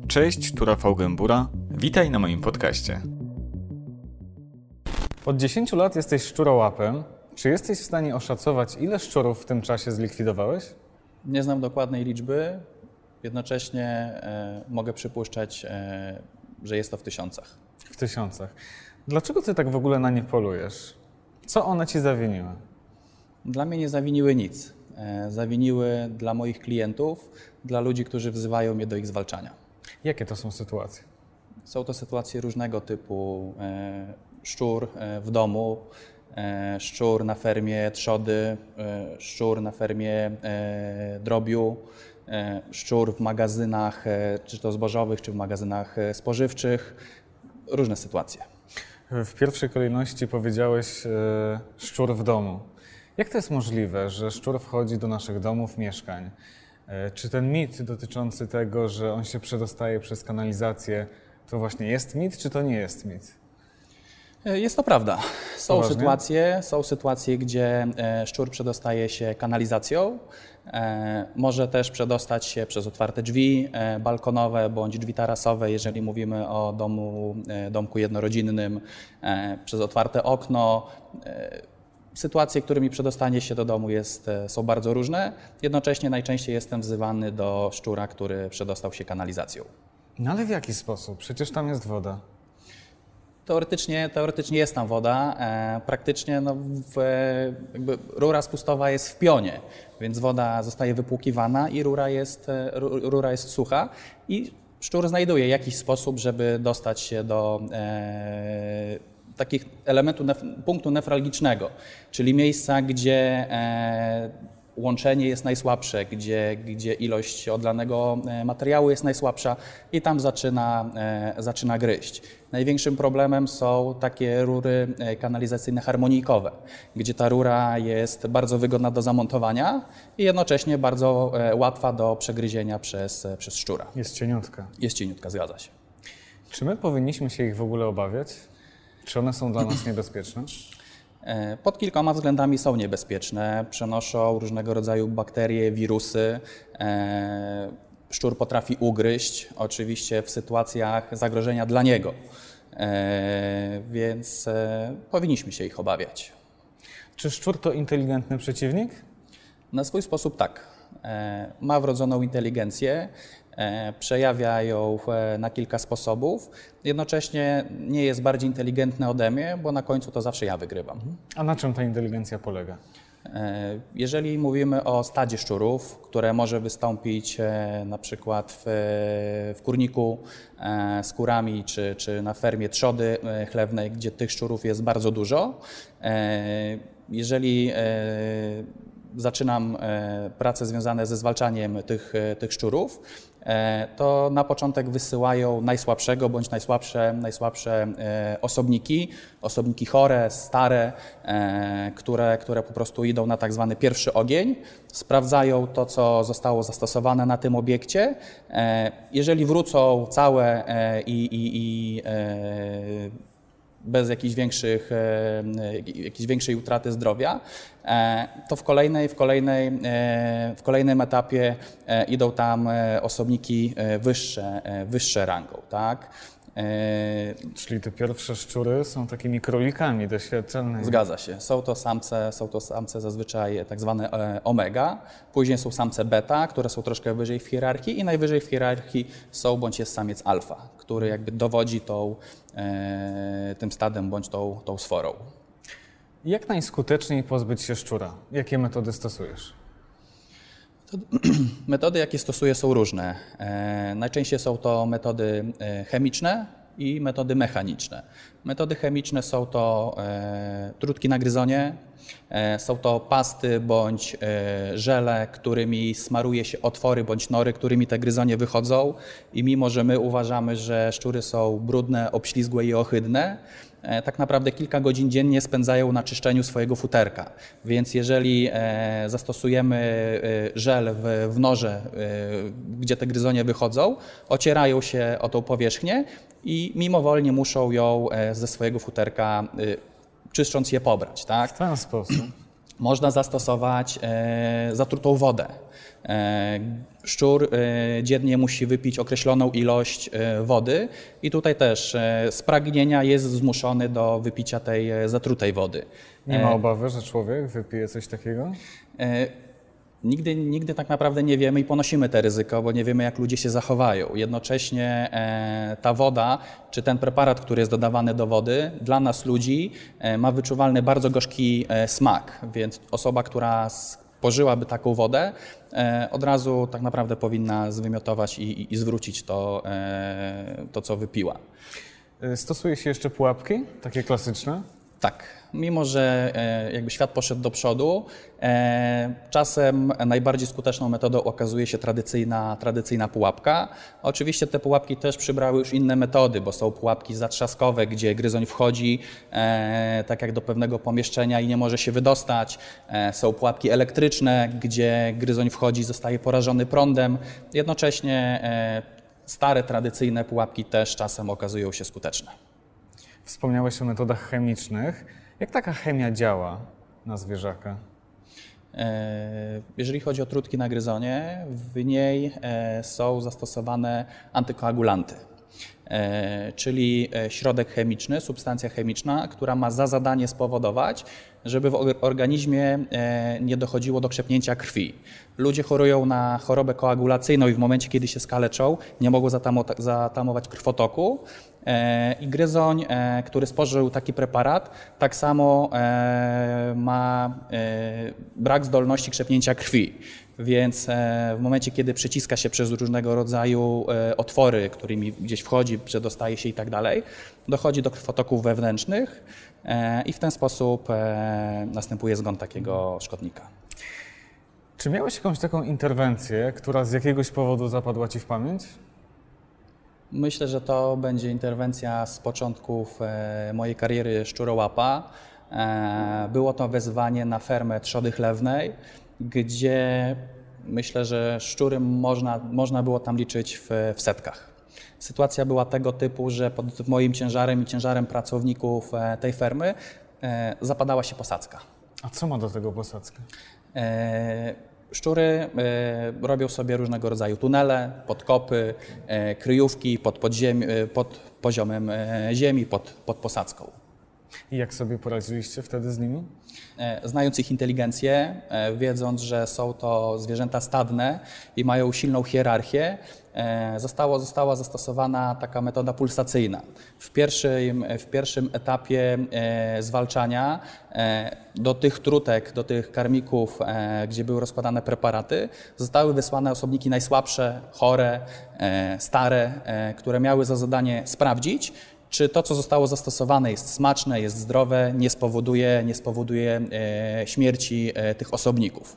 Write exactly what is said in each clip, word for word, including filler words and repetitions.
Cześć, tu Rafał Gębura. Witaj na moim podcaście. Od dziesięciu lat jesteś szczurołapem. Czy jesteś w stanie oszacować, ile szczurów w tym czasie zlikwidowałeś? Nie znam dokładnej liczby, jednocześnie e, mogę przypuszczać, e, że jest to w tysiącach. W tysiącach. Dlaczego ty tak w ogóle na nie polujesz? Co one ci zawiniły? Dla mnie nie zawiniły nic. E, zawiniły dla moich klientów, dla ludzi, którzy wzywają mnie do ich zwalczania. Jakie to są sytuacje? Są to sytuacje różnego typu. E, szczur e, w domu, e, szczur na fermie trzody, e, szczur na fermie e, drobiu, e, szczur w magazynach, e, czy to zbożowych, czy w magazynach e, spożywczych. Różne sytuacje. W pierwszej kolejności powiedziałeś e, szczur w domu. Jak to jest możliwe, że szczur wchodzi do naszych domów, mieszkań? E, czy ten mit dotyczący tego, że on się przedostaje przez kanalizację, to właśnie jest mit, czy to nie jest mit? Jest to prawda. Są Poważnie? sytuacje, są sytuacje, gdzie e, szczur przedostaje się kanalizacją. E, może też przedostać się przez otwarte drzwi e, balkonowe bądź drzwi tarasowe, jeżeli mówimy o domu, e, domku jednorodzinnym, e, przez otwarte okno. E, Sytuacje, którymi przedostanie się do domu jest, są bardzo różne. Jednocześnie najczęściej jestem wzywany do szczura, który przedostał się kanalizacją. No ale w jaki sposób? Przecież tam jest woda. Teoretycznie, teoretycznie jest tam woda, e, praktycznie no, w, jakby rura spustowa jest w pionie, więc woda zostaje wypłukiwana i rura jest, rura jest sucha i szczur znajduje jakiś sposób, żeby dostać się do e, takich elementu, nef, punktu newralgicznego, czyli miejsca, gdzie e, łączenie jest najsłabsze, gdzie, gdzie ilość odlanego materiału jest najsłabsza i tam zaczyna, e, zaczyna gryźć. Największym problemem są takie rury kanalizacyjne harmonijkowe, gdzie ta rura jest bardzo wygodna do zamontowania i jednocześnie bardzo e, łatwa do przegryzienia przez, przez szczura. Jest cieniutka. Jest cieniutka, zgadza się. Czy my powinniśmy się ich w ogóle obawiać? Czy one są dla nas niebezpieczne? Pod kilkoma względami są niebezpieczne, przenoszą różnego rodzaju bakterie, wirusy. Szczur potrafi ugryźć, oczywiście w sytuacjach zagrożenia dla niego, więc powinniśmy się ich obawiać. Czy szczur to inteligentny przeciwnik? Na swój sposób tak. Ma wrodzoną inteligencję, przejawia ją na kilka sposobów. Jednocześnie nie jest bardziej inteligentny ode mnie, bo na końcu to zawsze ja wygrywam. A na czym ta inteligencja polega? Jeżeli mówimy o stadzie szczurów, które może wystąpić na przykład w, w kurniku z kurami, czy, czy na fermie trzody chlewnej, gdzie tych szczurów jest bardzo dużo, jeżeli zaczynam prace związane ze zwalczaniem tych, tych szczurów, to na początek wysyłają najsłabszego bądź najsłabsze, najsłabsze osobniki, osobniki chore, stare, które, które po prostu idą na tak zwany pierwszy ogień, sprawdzają to, co zostało zastosowane na tym obiekcie. Jeżeli wrócą całe i, i, i bez jakichś większych, jakiejś większej utraty zdrowia, to w kolejnej, w kolejnej, w kolejnym etapie idą tam osobniki wyższe, wyższe rangą, tak? Czyli te pierwsze szczury są takimi królikami doświadczalnymi. Zgadza się. Są to samce, są to samce zazwyczaj tak zwane omega, później są samce beta, które są troszkę wyżej w hierarchii i najwyżej w hierarchii są bądź jest samiec alfa, który jakby dowodzi tą, tym stadem bądź tą, tą sforą. Jak najskuteczniej pozbyć się szczura? Jakie metody stosujesz? Metody, jakie stosuję, są różne. E, najczęściej są to metody chemiczne i metody mechaniczne. Metody chemiczne są to e, trutki na gryzonie, e, są to pasty bądź e, żele, którymi smaruje się otwory bądź nory, którymi te gryzonie wychodzą i mimo, że my uważamy, że szczury są brudne, obślizgłe i ohydne, tak naprawdę kilka godzin dziennie spędzają na czyszczeniu swojego futerka. Więc jeżeli zastosujemy żel w, w norze, gdzie te gryzonie wychodzą, ocierają się o tą powierzchnię i mimowolnie muszą ją ze swojego futerka, czyszcząc je, pobrać. Tak? W ten sposób. można zastosować zatrutą wodę. Szczur dziennie musi wypić określoną ilość wody i tutaj też z pragnienia jest zmuszony do wypicia tej zatrutej wody. Nie ma obawy, że człowiek wypije coś takiego? Nigdy, nigdy tak naprawdę nie wiemy i ponosimy te ryzyko, bo nie wiemy, jak ludzie się zachowają. Jednocześnie e, ta woda, czy ten preparat, który jest dodawany do wody, dla nas ludzi e, ma wyczuwalny bardzo gorzki e, smak, więc osoba, która spożyłaby taką wodę, e, od razu tak naprawdę powinna zwymiotować i, i, i zwrócić to, e, to, co wypiła. Stosuje się jeszcze pułapki, takie klasyczne? Tak, mimo że jakby świat poszedł do przodu, czasem najbardziej skuteczną metodą okazuje się tradycyjna, tradycyjna pułapka. Oczywiście te pułapki też przybrały już inne metody, bo są pułapki zatrzaskowe, gdzie gryzoń wchodzi tak jak do pewnego pomieszczenia i nie może się wydostać. Są pułapki elektryczne, gdzie gryzoń wchodzi i zostaje porażony prądem. Jednocześnie stare, tradycyjne pułapki też czasem okazują się skuteczne. Wspomniałeś o metodach chemicznych. Jak taka chemia działa na zwierzaka? Jeżeli chodzi o trutki na gryzonie, w niej są zastosowane antykoagulanty, czyli środek chemiczny, substancja chemiczna, która ma za zadanie spowodować, żeby w organizmie nie dochodziło do krzepnięcia krwi. Ludzie chorują na chorobę koagulacyjną i w momencie, kiedy się skaleczą, nie mogą zatamować krwotoku. I gryzoń, który spożył taki preparat, tak samo ma brak zdolności krzepnięcia krwi. Więc w momencie, kiedy przeciska się przez różnego rodzaju otwory, którymi gdzieś wchodzi, przedostaje się i tak dalej, dochodzi do krwotoków wewnętrznych i w ten sposób następuje zgon takiego szkodnika. Czy miałeś jakąś taką interwencję, która z jakiegoś powodu zapadła Ci w pamięć? Myślę, że to będzie interwencja z początków mojej kariery szczurołapa. Było to wezwanie na fermę trzody chlewnej, gdzie myślę, że szczury można, można było tam liczyć w, w setkach. Sytuacja była tego typu, że pod moim ciężarem i ciężarem pracowników tej fermy zapadała się posadzka. A co ma do tego posadzka? Szczury robią sobie różnego rodzaju tunele, podkopy, kryjówki pod, podziemi, pod poziomem ziemi, pod, pod posadzką. I jak sobie poradziliście wtedy z nimi? Znając ich inteligencję, wiedząc, że są to zwierzęta stadne i mają silną hierarchię, zostało, została zastosowana taka metoda pulsacyjna. W pierwszym, w pierwszym etapie zwalczania do tych trutek, do tych karmików, gdzie były rozkładane preparaty, zostały wysłane osobniki najsłabsze, chore, stare, które miały za zadanie sprawdzić, czy to, co zostało zastosowane, jest smaczne, jest zdrowe, nie spowoduje, nie spowoduje e, śmierci e, tych osobników.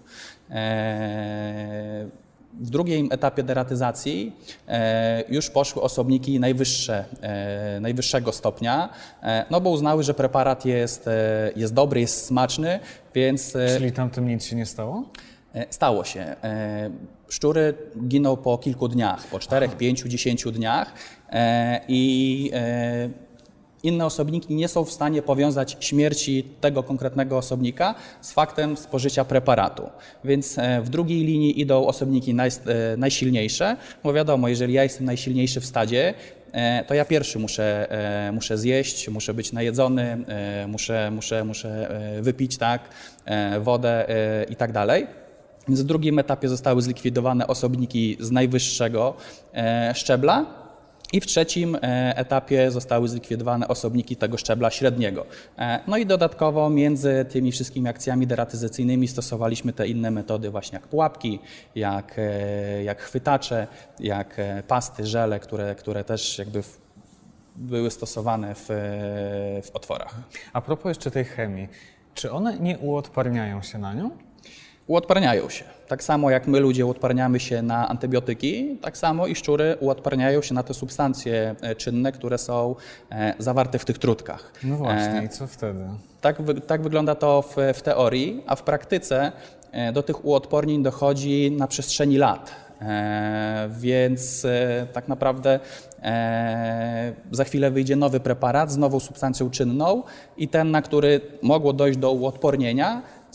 E, w drugim etapie deratyzacji e, już poszły osobniki najwyższe, e, najwyższego stopnia, e, no bo uznały, że preparat jest, e, jest dobry, jest smaczny, więc... E, Czyli tamtym nic się nie stało? Stało się. Szczury giną po kilku dniach, po czterech, pięciu, dziesięciu dniach i inne osobniki nie są w stanie powiązać śmierci tego konkretnego osobnika z faktem spożycia preparatu. Więc w drugiej linii idą osobniki naj, najsilniejsze, bo wiadomo, jeżeli ja jestem najsilniejszy w stadzie, to ja pierwszy muszę, muszę zjeść, muszę być najedzony, muszę, muszę, muszę wypić tak, wodę i tak dalej. Więc w drugim etapie zostały zlikwidowane osobniki z najwyższego szczebla i w trzecim etapie zostały zlikwidowane osobniki tego szczebla średniego. No i dodatkowo między tymi wszystkimi akcjami deratyzacyjnymi stosowaliśmy te inne metody właśnie jak pułapki, jak, jak chwytacze, jak pasty, żele, które, które też jakby w, były stosowane w, w otworach. A propos jeszcze tej chemii, czy one nie uodparniają się na nią? Uodparniają się. Tak samo jak my ludzie uodparniamy się na antybiotyki, tak samo i szczury uodparniają się na te substancje czynne, które są zawarte w tych trutkach. No właśnie, i co wtedy? Tak, tak wygląda to w, w teorii, a w praktyce do tych uodpornień dochodzi na przestrzeni lat. E, więc e, tak naprawdę e, za chwilę wyjdzie nowy preparat z nową substancją czynną i ten, na który mogło dojść do uodpornienia,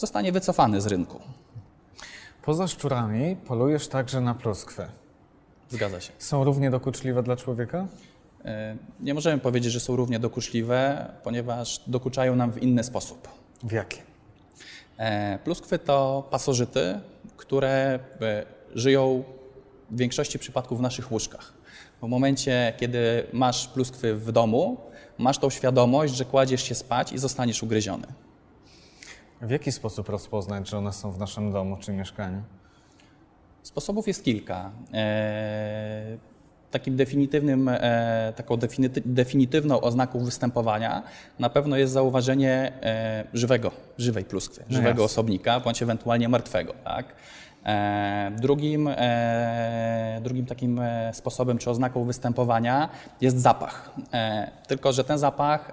zostanie wycofany z rynku. Poza szczurami polujesz także na pluskwy. Zgadza się. Są równie dokuczliwe dla człowieka? Nie możemy powiedzieć, że są równie dokuczliwe, ponieważ dokuczają nam w inny sposób. W jaki? Pluskwy to pasożyty, które żyją w większości przypadków w naszych łóżkach. W momencie, kiedy masz pluskwy w domu, masz tą świadomość, że kładziesz się spać i zostaniesz ugryziony. W jaki sposób rozpoznać, że one są w naszym domu czy mieszkaniu? Sposobów jest kilka. E, takim definitywnym, e, taką definity, definitywną oznaką występowania na pewno jest zauważenie e, żywego, żywej pluskwy, No żywego jasne. osobnika, bądź ewentualnie martwego. Tak? E, drugim, e, drugim takim e, sposobem czy oznaką występowania jest zapach. E, tylko że ten zapach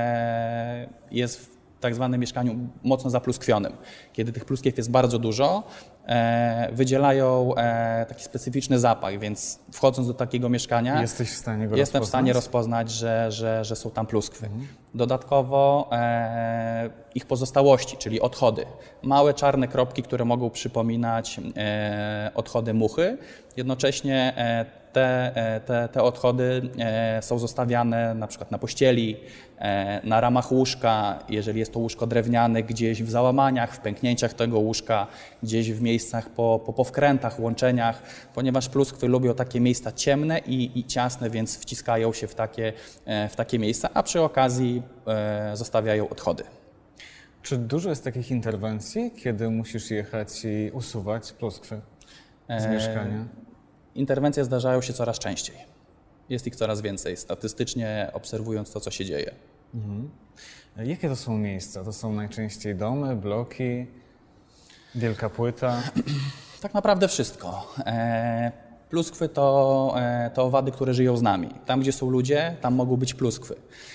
e, jest w tak zwanym mieszkaniu mocno zapluskwionym. Kiedy tych pluskiew jest bardzo dużo, e, wydzielają e, taki specyficzny zapach, więc wchodząc do takiego mieszkania Jesteś w stanie go jestem w rozpoznać? stanie rozpoznać, że, że, że są tam pluskwy. Dodatkowo e, ich pozostałości, czyli odchody. Małe czarne kropki, które mogą przypominać e, odchody muchy. Jednocześnie e, te, e, te, te odchody e, są zostawiane na przykład na pościeli, e, na ramach łóżka, jeżeli jest to łóżko drewniane, gdzieś w załamaniach, w pęknięciach tego łóżka, gdzieś w miejscach po, po, po wkrętach, łączeniach, ponieważ pluskwy lubią takie miejsca ciemne i, i ciasne, więc wciskają się w takie, e, w takie miejsca, a przy okazji e, zostawiają odchody. Czy dużo jest takich interwencji, kiedy musisz jechać i usuwać pluskwy z E, mieszkania? Interwencje zdarzają się coraz częściej. Jest ich coraz więcej, statystycznie obserwując to, co się dzieje. Mhm. Jakie to są miejsca? To są najczęściej domy, bloki, wielka płyta? Tak naprawdę wszystko. E, pluskwy to, e, to owady, które żyją z nami. Tam, gdzie są ludzie, tam mogą być pluskwy.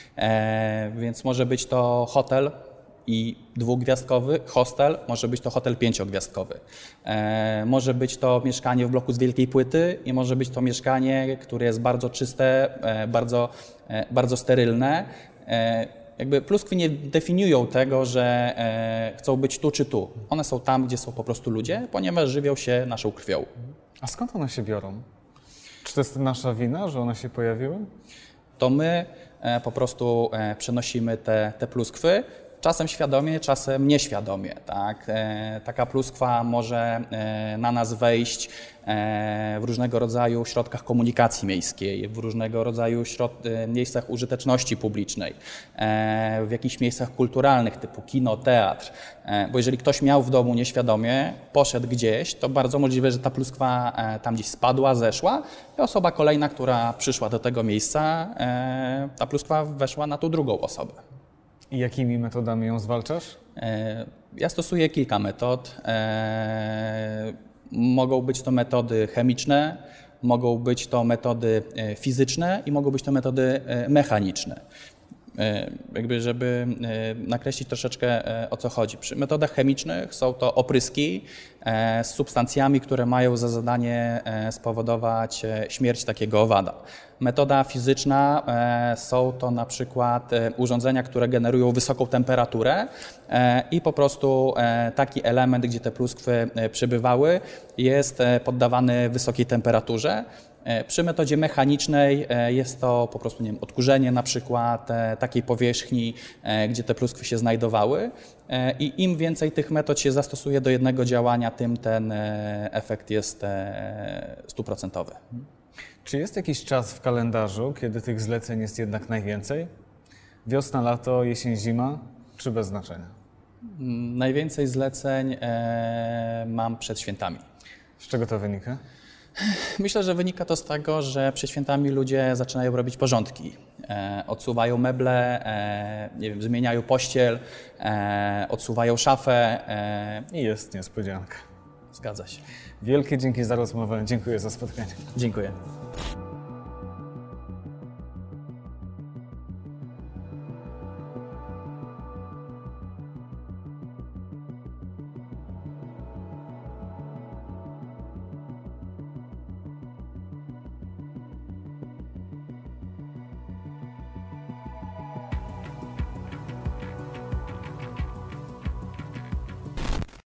E, więc może być to hotel i dwugwiazdkowy, hostel, może być to hotel pięciogwiazdkowy. E, może być to mieszkanie w bloku z wielkiej płyty i może być to mieszkanie, które jest bardzo czyste, e, bardzo, e, bardzo sterylne. E, Jakby pluskwy nie definiują tego, że e, chcą być tu czy tu. One są tam, gdzie są po prostu ludzie, ponieważ żywią się naszą krwią. A skąd one się biorą? Czy to jest nasza wina, że one się pojawiły? To my e, po prostu e, przenosimy te, te pluskwy, czasem świadomie, czasem nieświadomie. Tak? E, taka pluskwa może e, na nas wejść e, w różnego rodzaju środkach komunikacji miejskiej, w różnego rodzaju środ- e, miejscach użyteczności publicznej, e, w jakichś miejscach kulturalnych typu kino, teatr. E, bo jeżeli ktoś miał w domu nieświadomie, poszedł gdzieś, to bardzo możliwe, że ta pluskwa e, tam gdzieś spadła, zeszła i osoba kolejna, która przyszła do tego miejsca, e, ta pluskwa weszła na tą drugą osobę. I jakimi metodami ją zwalczasz? E, Ja stosuję kilka metod. E, Mogą być to metody chemiczne, mogą być to metody e, fizyczne i mogą być to metody e, mechaniczne. E, Jakby, żeby e, nakreślić troszeczkę e, o co chodzi. Przy metodach chemicznych są to opryski e, z substancjami, które mają za zadanie e, spowodować e, śmierć takiego owada. Metoda fizyczna e, są to na przykład e, urządzenia, które generują wysoką temperaturę e, i po prostu e, taki element, gdzie te pluskwy e, przebywały, jest e, poddawany wysokiej temperaturze. E, Przy metodzie mechanicznej e, jest to po prostu nie wiem, odkurzenie na przykład e, takiej powierzchni, e, gdzie te pluskwy się znajdowały e, i im więcej tych metod się zastosuje do jednego działania, tym ten e, efekt jest e, stuprocentowy. Czy jest jakiś czas w kalendarzu, kiedy tych zleceń jest jednak najwięcej? Wiosna, lato, jesień, zima, czy bez znaczenia? Mm, Najwięcej zleceń e, mam przed świętami. Z czego to wynika? Myślę, że wynika to z tego, że przed świętami ludzie zaczynają robić porządki. E, odsuwają meble, e, nie wiem, zmieniają pościel, e, odsuwają szafę. E, I jest niespodzianka. zgadza się. Wielkie dzięki za rozmowę, dziękuję za spotkanie. Dziękuję.